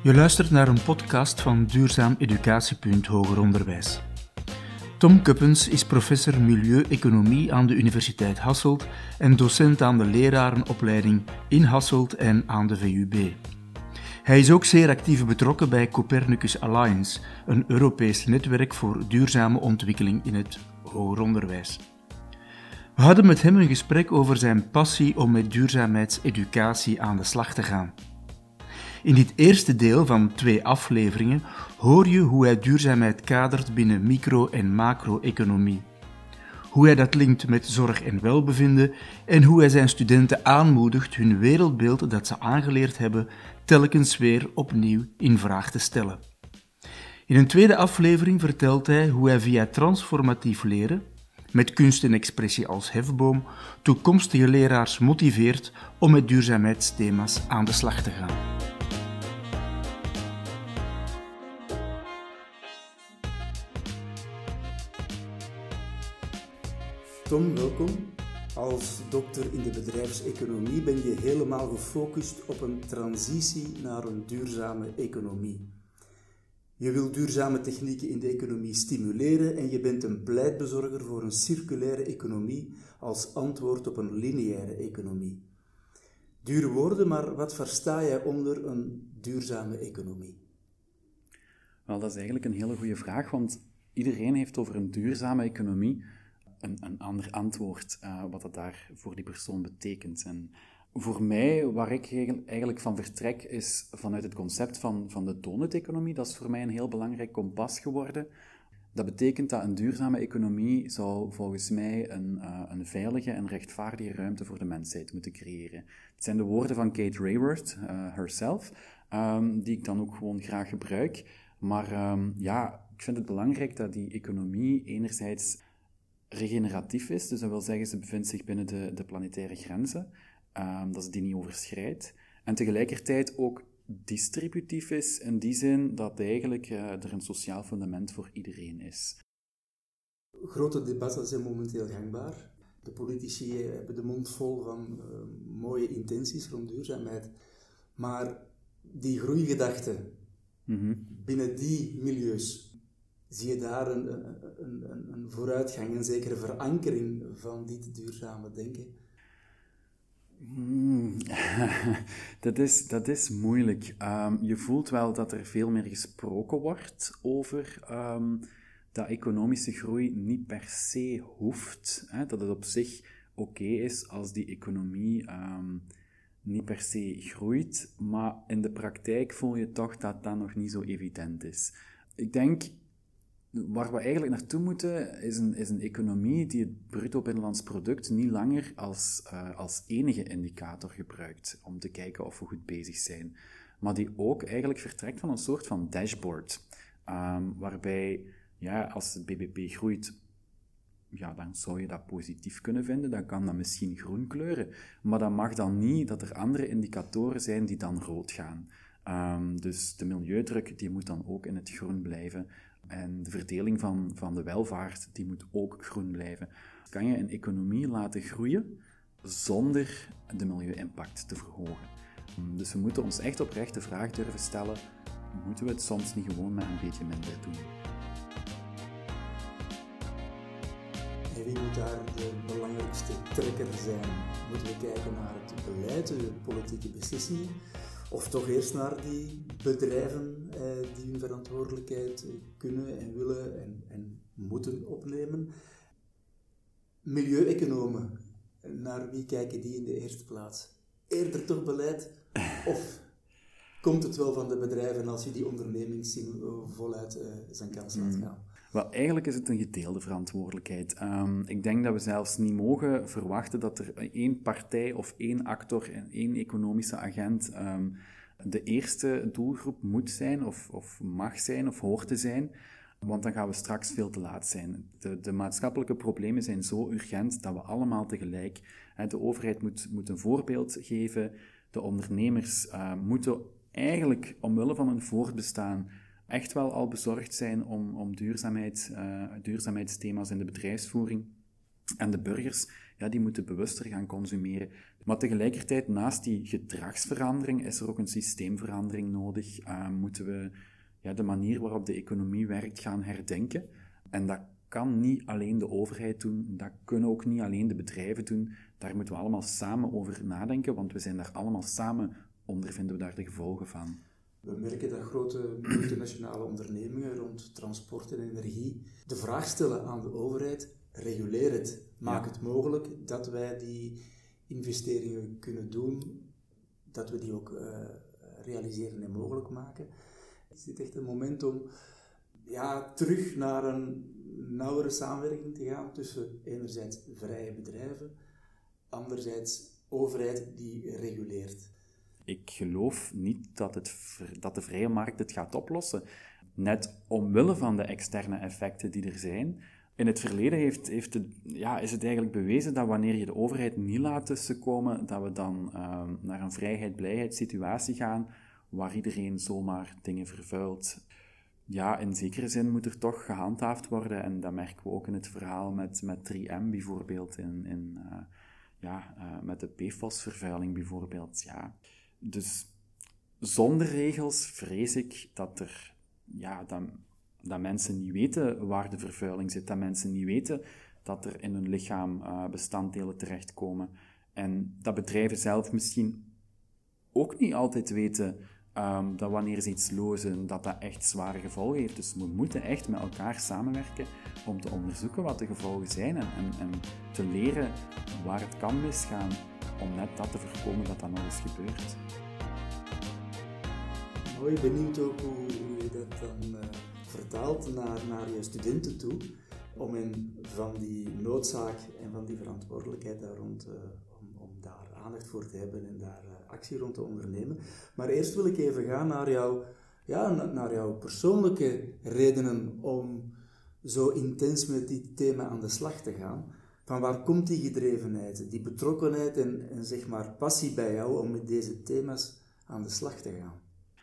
Je luistert naar een podcast van Duurzaam Educatiepunt Hoger Onderwijs. Tom Kuppens is professor Milieu-economie aan de Universiteit Hasselt en docent aan de lerarenopleiding in Hasselt en aan de VUB. Hij is ook zeer actief betrokken bij Copernicus Alliance, een Europees netwerk voor duurzame ontwikkeling in het hoger onderwijs. We hadden met hem een gesprek over zijn passie om met duurzaamheidseducatie aan de slag te gaan. In dit eerste deel van 2 afleveringen hoor je hoe hij duurzaamheid kadert binnen micro- en macro-economie. Hoe hij dat linkt met zorg en welbevinden en hoe hij zijn studenten aanmoedigt hun wereldbeeld dat ze aangeleerd hebben telkens weer opnieuw in vraag te stellen. In een tweede aflevering vertelt hij hoe hij via transformatief leren, met kunst en expressie als hefboom, toekomstige leraars motiveert om met duurzaamheidsthema's aan de slag te gaan. Tom, welkom. Als dokter in de bedrijfseconomie ben je helemaal gefocust op een transitie naar een duurzame economie. Je wil duurzame technieken in de economie stimuleren en je bent een pleitbezorger voor een circulaire economie als antwoord op een lineaire economie. Dure woorden, maar wat versta jij onder een duurzame economie? Wel, dat is eigenlijk een hele goede vraag, want iedereen heeft over een duurzame economie een ander antwoord, wat dat daar voor die persoon betekent. En voor mij, waar ik eigenlijk van vertrek, is vanuit het concept van de donut-economie. Dat is voor mij een heel belangrijk kompas geworden. Dat betekent dat een duurzame economie zou volgens mij een veilige en rechtvaardige ruimte voor de mensheid moeten creëren. Het zijn de woorden van Kate Raworth, herself, die ik dan ook gewoon graag gebruik. Maar ik vind het belangrijk dat die economie enerzijds regeneratief is, dus dat wil zeggen ze bevindt zich binnen de planetaire grenzen, dat ze die niet overschrijdt, en tegelijkertijd ook distributief is in die zin dat eigenlijk er een sociaal fundament voor iedereen is. Grote debatten zijn momenteel gangbaar. De politici hebben de mond vol van mooie intenties rond duurzaamheid, maar die groeigedachte binnen die milieus, zie je daar een vooruitgang, een zekere verankering van dit duurzame denken? Dat is moeilijk. Je voelt wel dat er veel meer gesproken wordt over dat economische groei niet per se hoeft. Dat het op zich oké is als die economie niet per se groeit, maar in de praktijk voel je toch dat dat nog niet zo evident is. Ik denk, waar we eigenlijk naartoe moeten, is een economie die het bruto binnenlands product niet langer als enige indicator gebruikt om te kijken of we goed bezig zijn, maar die ook eigenlijk vertrekt van een soort van dashboard, waarbij, als het BBP groeit, dan zou je dat positief kunnen vinden, dan kan dat misschien groen kleuren, maar dat mag dan niet dat er andere indicatoren zijn die dan rood gaan. Dus de milieudruk die moet dan ook in het groen blijven. En de verdeling van de welvaart, die moet ook groen blijven. Kan je een economie laten groeien zonder de milieu-impact te verhogen? Dus we moeten ons echt oprecht de vraag durven stellen, moeten we het soms niet gewoon met een beetje minder doen? En wie moet daar de belangrijkste trekker zijn? Moeten we kijken naar het beleid, de politieke beslissingen? Of toch eerst naar die bedrijven die hun verantwoordelijkheid kunnen en willen en moeten opnemen? Milieueconomen, naar wie kijken die in de eerste plaats? Eerder toch beleid? Of komt het wel van de bedrijven als je die ondernemingszin voluit zijn kans laat gaan? Wel, eigenlijk is het een gedeelde verantwoordelijkheid. Ik denk dat we zelfs niet mogen verwachten dat er één partij of één actor en één economische agent de eerste doelgroep moet zijn of mag zijn of hoort te zijn, want dan gaan we straks veel te laat zijn. De maatschappelijke problemen zijn zo urgent dat we allemaal tegelijk, de overheid moet een voorbeeld geven, de ondernemers moeten eigenlijk omwille van hun voortbestaan echt wel al bezorgd zijn om duurzaamheidsthema's in de bedrijfsvoering En de burgers, ja, die moeten bewuster gaan consumeren. Maar tegelijkertijd, naast die gedragsverandering, is er ook een systeemverandering nodig. Moeten we de manier waarop de economie werkt gaan herdenken. En dat kan niet alleen de overheid doen, dat kunnen ook niet alleen de bedrijven doen. Daar moeten we allemaal samen over nadenken, want we zijn daar allemaal samen, ondervinden we daar de gevolgen van. We merken dat grote multinationale ondernemingen rond transport en energie de vraag stellen aan de overheid: reguleer het, maak het mogelijk dat wij die investeringen kunnen doen, dat we die ook realiseren en mogelijk maken. Is dit echt een moment om terug naar een nauwere samenwerking te gaan tussen enerzijds vrije bedrijven, anderzijds overheid die reguleert? Ik geloof niet dat de vrije markt het gaat oplossen. Net omwille van de externe effecten die er zijn. In het verleden is het eigenlijk bewezen dat wanneer je de overheid niet laat tussenkomen, dat we dan naar een vrijheid-blijheid-situatie gaan, waar iedereen zomaar dingen vervuilt. Ja, in zekere zin moet er toch gehandhaafd worden, en dat merken we ook in het verhaal met 3M bijvoorbeeld, met de PFOS-vervuiling bijvoorbeeld. Ja. Dus zonder regels vrees ik dat mensen niet weten waar de vervuiling zit, dat mensen niet weten dat er in hun lichaam bestanddelen terechtkomen. En dat bedrijven zelf misschien ook niet altijd weten dat wanneer ze iets lozen, dat echt zware gevolgen heeft. Dus we moeten echt met elkaar samenwerken om te onderzoeken wat de gevolgen zijn en te leren waar het kan misgaan, om net dat te voorkomen dat nog eens gebeurt. Mooi, benieuwd ook hoe je dat dan vertaalt naar je studenten toe, om hen van die noodzaak en van die verantwoordelijkheid daar rond, om daar aandacht voor te hebben en daar actie rond te ondernemen. Maar eerst wil ik even gaan naar jouw persoonlijke redenen om zo intens met dit thema aan de slag te gaan. Van waar komt die gedrevenheid, die betrokkenheid en zeg maar passie bij jou om met deze thema's aan de slag te gaan?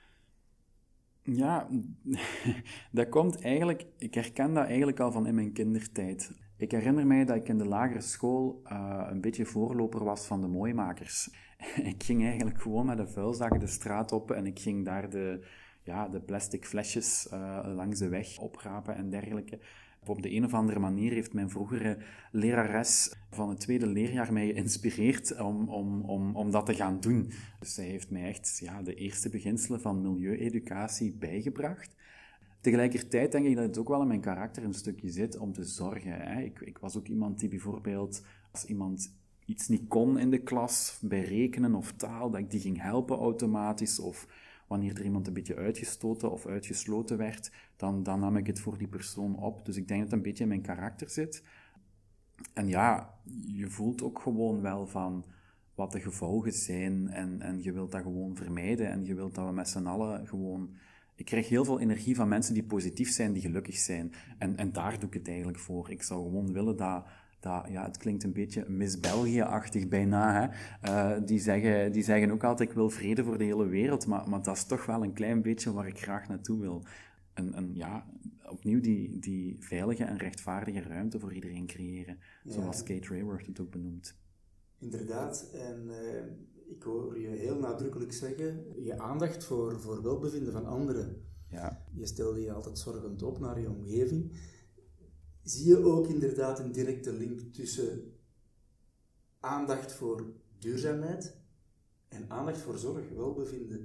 Ja, dat komt eigenlijk... Ik herken dat eigenlijk al van in mijn kindertijd. Ik herinner mij dat ik in de lagere school een beetje voorloper was van de mooimakers. Ik ging eigenlijk gewoon met een vuilzak de straat op en ik ging daar de plastic flesjes langs de weg oprapen en dergelijke. Op de een of andere manier heeft mijn vroegere lerares van het tweede leerjaar mij geïnspireerd om dat te gaan doen. Dus zij heeft mij echt de eerste beginselen van milieueducatie bijgebracht. Tegelijkertijd denk ik dat het ook wel in mijn karakter een stukje zit om te zorgen. Hè. Ik was ook iemand die bijvoorbeeld, als iemand iets niet kon in de klas, bij rekenen of taal, dat ik die ging helpen automatisch, of wanneer er iemand een beetje uitgestoten of uitgesloten werd, dan nam ik het voor die persoon op. Dus ik denk dat het een beetje in mijn karakter zit. En ja, je voelt ook gewoon wel van wat de gevolgen zijn en je wilt dat gewoon vermijden en je wilt dat we met z'n allen gewoon... Ik krijg heel veel energie van mensen die positief zijn, die gelukkig zijn. En daar doe ik het eigenlijk voor. Ik zou gewoon willen dat het klinkt een beetje Miss België-achtig bijna, hè. Die zeggen ook altijd, ik wil vrede voor de hele wereld, maar dat is toch wel een klein beetje waar ik graag naartoe wil. Opnieuw die veilige en rechtvaardige ruimte voor iedereen creëren, zoals Kate Raworth het ook benoemt. Inderdaad, en ik hoor je heel nadrukkelijk zeggen, je aandacht voor welbevinden van anderen. Ja. Je stelde je altijd zorgend op naar je omgeving. Zie je ook inderdaad een directe link tussen aandacht voor duurzaamheid en aandacht voor zorg, welbevinden?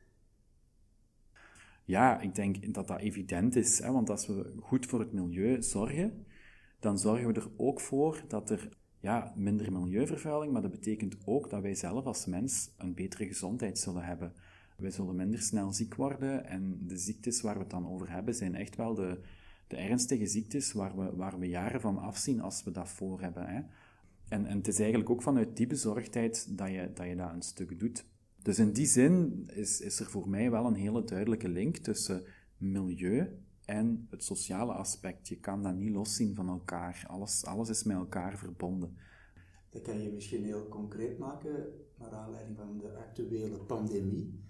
Ja, ik denk dat dat evident is, hè, want als we goed voor het milieu zorgen, dan zorgen we er ook voor dat er minder milieuvervuiling, maar dat betekent ook dat wij zelf als mens een betere gezondheid zullen hebben. Wij zullen minder snel ziek worden en de ziektes waar we het dan over hebben zijn echt wel de ernstige ziektes waar we jaren van afzien als we dat voor hebben. Hè. En het is eigenlijk ook vanuit die bezorgdheid dat je dat een stuk doet. Dus in die zin is er voor mij wel een hele duidelijke link tussen milieu en het sociale aspect. Je kan dat niet loszien van elkaar. Alles is met elkaar verbonden. Dat kan je misschien heel concreet maken, naar aanleiding van de actuele pandemie.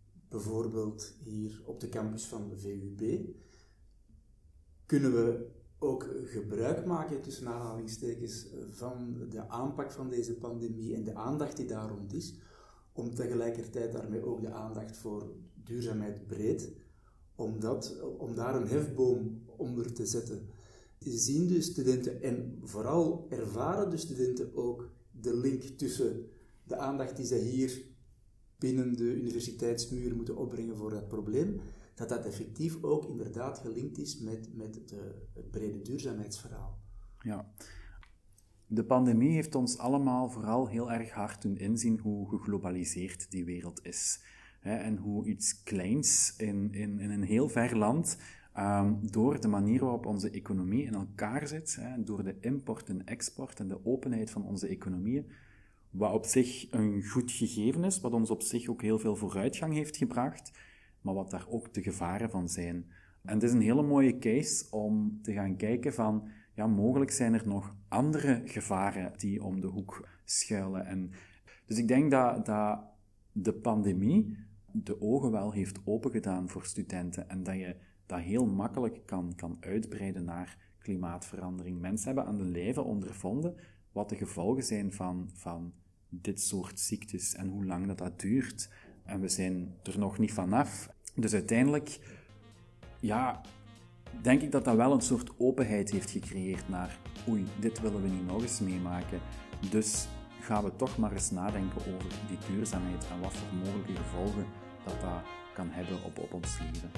Bijvoorbeeld hier op de campus van de VUB. Kunnen we ook gebruik maken, tussen aanhalingstekens, van de aanpak van deze pandemie en de aandacht die daar rond is, om tegelijkertijd daarmee ook de aandacht voor duurzaamheid breed, om daar een hefboom onder te zetten. Zien de studenten, en vooral ervaren de studenten ook, de link tussen de aandacht die ze hier binnen de universiteitsmuur moeten opbrengen voor dat probleem, dat effectief ook inderdaad gelinkt is met het brede duurzaamheidsverhaal. Ja. De pandemie heeft ons allemaal vooral heel erg hard doen inzien hoe geglobaliseerd die wereld is. En hoe iets kleins in een heel ver land, door de manier waarop onze economie in elkaar zit, door de import en export en de openheid van onze economieën, wat op zich een goed gegeven is, wat ons op zich ook heel veel vooruitgang heeft gebracht, maar wat daar ook de gevaren van zijn. En het is een hele mooie case om te gaan kijken van, ja, mogelijk zijn er nog andere gevaren die om de hoek schuilen. Dus ik denk dat de pandemie de ogen wel heeft opengedaan voor studenten en dat je dat heel makkelijk kan uitbreiden naar klimaatverandering. Mensen hebben aan de lijve ondervonden wat de gevolgen zijn van dit soort ziektes en hoe lang dat duurt. En we zijn er nog niet vanaf. Dus uiteindelijk, ja, denk ik dat wel een soort openheid heeft gecreëerd naar oei, dit willen we niet nog eens meemaken. Dus gaan we toch maar eens nadenken over die duurzaamheid en wat voor mogelijke gevolgen dat kan hebben op ons leven.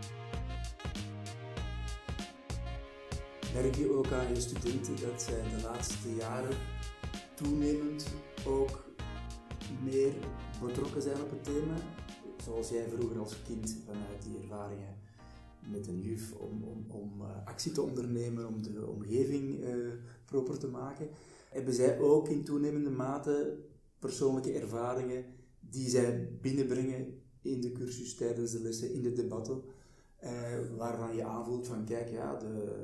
Merk je ook aan je studenten dat zij de laatste jaren toenemend ook meer betrokken zijn op het thema? Zoals jij vroeger als kind vanuit die ervaringen met een juf om actie te ondernemen, om de omgeving proper te maken. Hebben zij ook in toenemende mate persoonlijke ervaringen die zij binnenbrengen in de cursus, tijdens de lessen, in de debatten, waarvan je aanvoelt van kijk, ja,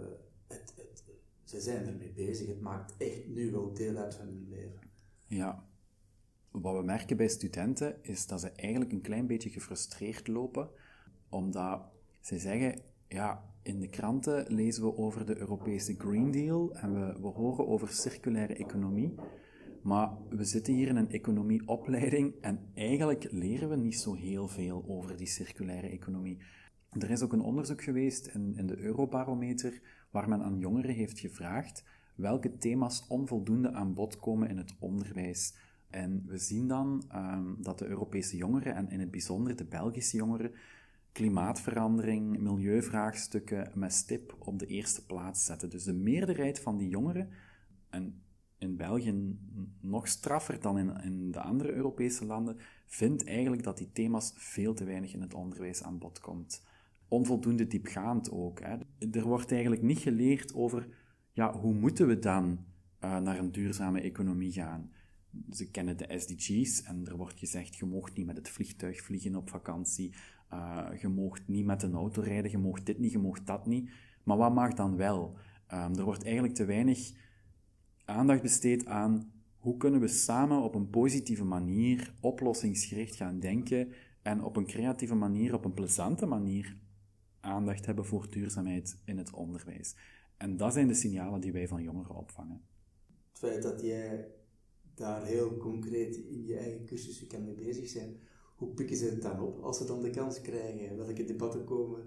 ze zijn ermee bezig, het maakt echt nu wel deel uit van hun leven. Ja, wat we merken bij studenten is dat ze eigenlijk een klein beetje gefrustreerd lopen, omdat ze zeggen, ja, in de kranten lezen we over de Europese Green Deal en we horen over circulaire economie, maar we zitten hier in een economieopleiding en eigenlijk leren we niet zo heel veel over die circulaire economie. Er is ook een onderzoek geweest in de Eurobarometer waar men aan jongeren heeft gevraagd welke thema's onvoldoende aan bod komen in het onderwijs. En we zien dan dat de Europese jongeren, en in het bijzonder de Belgische jongeren, klimaatverandering, milieuvraagstukken met stip op de eerste plaats zetten. Dus de meerderheid van die jongeren, en in België nog straffer dan in de andere Europese landen, vindt eigenlijk dat die thema's veel te weinig in het onderwijs aan bod komt. Onvoldoende diepgaand ook. Hè. Er wordt eigenlijk niet geleerd over, ja, hoe moeten we dan naar een duurzame economie gaan? Ze kennen de SDG's en er wordt gezegd, je mag niet met het vliegtuig vliegen op vakantie, je mag niet met een auto rijden, je mag dit niet, je mag dat niet. Maar wat mag dan wel? Er wordt eigenlijk te weinig aandacht besteed aan hoe kunnen we samen op een positieve manier oplossingsgericht gaan denken en op een creatieve manier, op een plezante manier aandacht hebben voor duurzaamheid in het onderwijs. En dat zijn de signalen die wij van jongeren opvangen. Het feit dat jij daar heel concreet in je eigen cursus mee bezig bent, hoe pikken ze het dan op als ze dan de kans krijgen? Welke debatten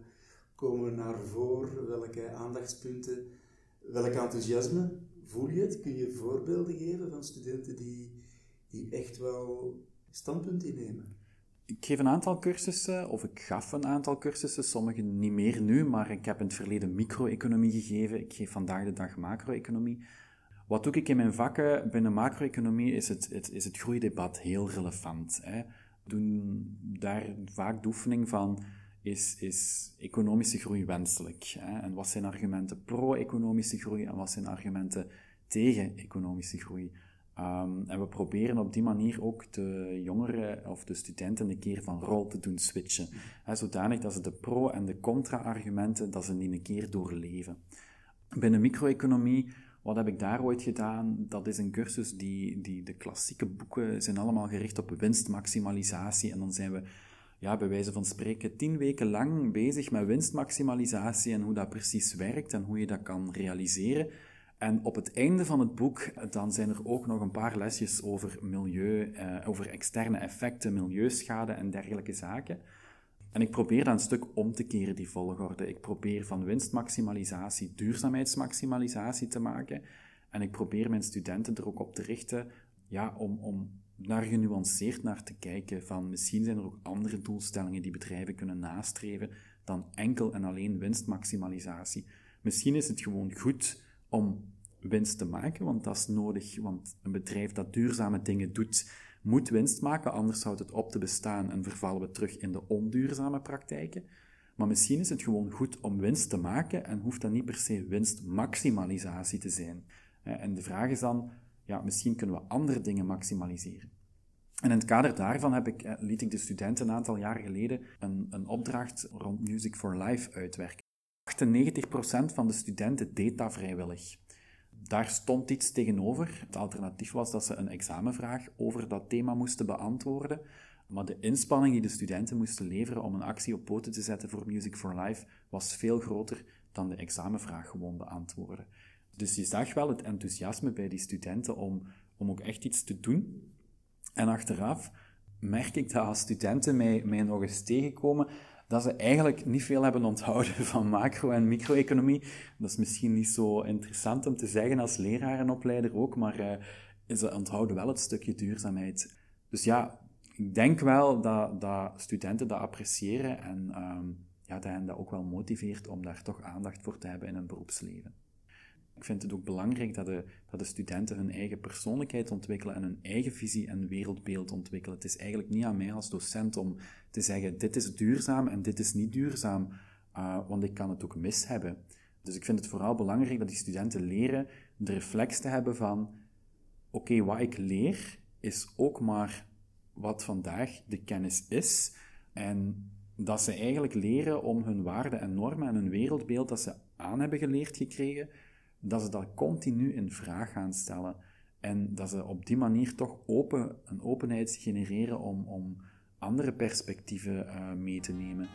komen naar voren? Welke aandachtspunten? Welk enthousiasme? Voel je het? Kun je voorbeelden geven van studenten die echt wel standpunt innemen? Ik geef een aantal cursussen, of ik gaf een aantal cursussen, sommige niet meer nu, maar ik heb in het verleden micro-economie gegeven. Ik geef vandaag de dag macro-economie. Wat doe ik in mijn vakken? Binnen macro-economie is het groeidebat heel relevant. Hè. Doen daar vaak de oefening van, is economische groei wenselijk? Hè? En wat zijn argumenten pro-economische groei en wat zijn argumenten tegen economische groei? En we proberen op die manier ook de jongeren of de studenten een keer van rol te doen switchen. Hè, zodanig dat ze de pro- en de contra-argumenten, dat ze die een keer doorleven. Binnen micro-economie, wat heb ik daar ooit gedaan? Dat is een cursus die de klassieke boeken zijn allemaal gericht op winstmaximalisatie. En dan zijn we ja, bij wijze van spreken 10 weken lang bezig met winstmaximalisatie en hoe dat precies werkt en hoe je dat kan realiseren. En op het einde van het boek dan zijn er ook nog een paar lesjes over milieu, over externe effecten, milieuschade en dergelijke zaken. En ik probeer dat een stuk om te keren, die volgorde. Ik probeer van winstmaximalisatie duurzaamheidsmaximalisatie te maken. En ik probeer mijn studenten er ook op te richten, ja, om daar genuanceerd naar te kijken. Van misschien zijn er ook andere doelstellingen die bedrijven kunnen nastreven dan enkel en alleen winstmaximalisatie. Misschien is het gewoon goed om winst te maken, want dat is nodig. Want een bedrijf dat duurzame dingen doet, moet winst maken, anders houdt het op te bestaan en vervallen we terug in de onduurzame praktijken. Maar misschien is het gewoon goed om winst te maken en hoeft dat niet per se winstmaximalisatie te zijn. En de vraag is dan, ja, misschien kunnen we andere dingen maximaliseren. En in het kader daarvan liet ik de studenten een aantal jaar geleden een opdracht rond Music for Life uitwerken. 98% van de studenten deed dat vrijwillig. Daar stond iets tegenover. Het alternatief was dat ze een examenvraag over dat thema moesten beantwoorden. Maar de inspanning die de studenten moesten leveren om een actie op poten te zetten voor Music for Life was veel groter dan de examenvraag gewoon beantwoorden. Dus je zag wel het enthousiasme bij die studenten om ook echt iets te doen. En achteraf merk ik dat als studenten mij nog eens tegenkomen, dat ze eigenlijk niet veel hebben onthouden van macro- en micro-economie. Dat is misschien niet zo interessant om te zeggen als leraar en opleider ook, maar ze onthouden wel het stukje duurzaamheid. Dus ja, ik denk wel dat studenten dat appreciëren en dat hen dat ook wel motiveert om daar toch aandacht voor te hebben in hun beroepsleven. Ik vind het ook belangrijk dat de studenten hun eigen persoonlijkheid ontwikkelen en hun eigen visie en wereldbeeld ontwikkelen. Het is eigenlijk niet aan mij als docent om te zeggen, dit is duurzaam en dit is niet duurzaam, want ik kan het ook mis hebben. Dus ik vind het vooral belangrijk dat die studenten leren de reflex te hebben van, oké, wat ik leer is ook maar wat vandaag de kennis is. En dat ze eigenlijk leren om hun waarden en normen en hun wereldbeeld dat ze aan hebben geleerd gekregen, dat ze dat continu in vraag gaan stellen. En dat ze op die manier toch een openheid genereren om andere perspectieven mee te nemen.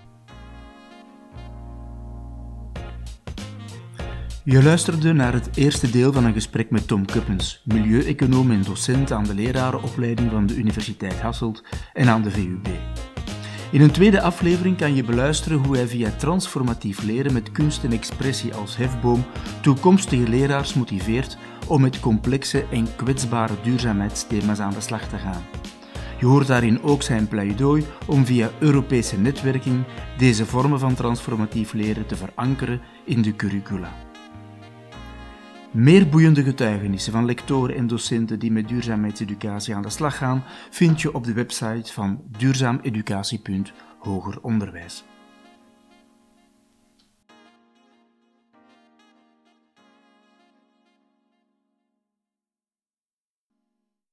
Je luisterde naar het eerste deel van een gesprek met Tom Kuppens, milieueconoom en docent aan de lerarenopleiding van de Universiteit Hasselt en aan de VUB. In een tweede aflevering kan je beluisteren hoe hij via transformatief leren met kunst en expressie als hefboom toekomstige leraars motiveert om met complexe en kwetsbare duurzaamheidsthema's aan de slag te gaan. Je hoort daarin ook zijn pleidooi om via Europese netwerking deze vormen van transformatief leren te verankeren in de curricula. Meer boeiende getuigenissen van lectoren en docenten die met duurzaamheidseducatie aan de slag gaan, vind je op de website van duurzaameducatie.hogeronderwijs.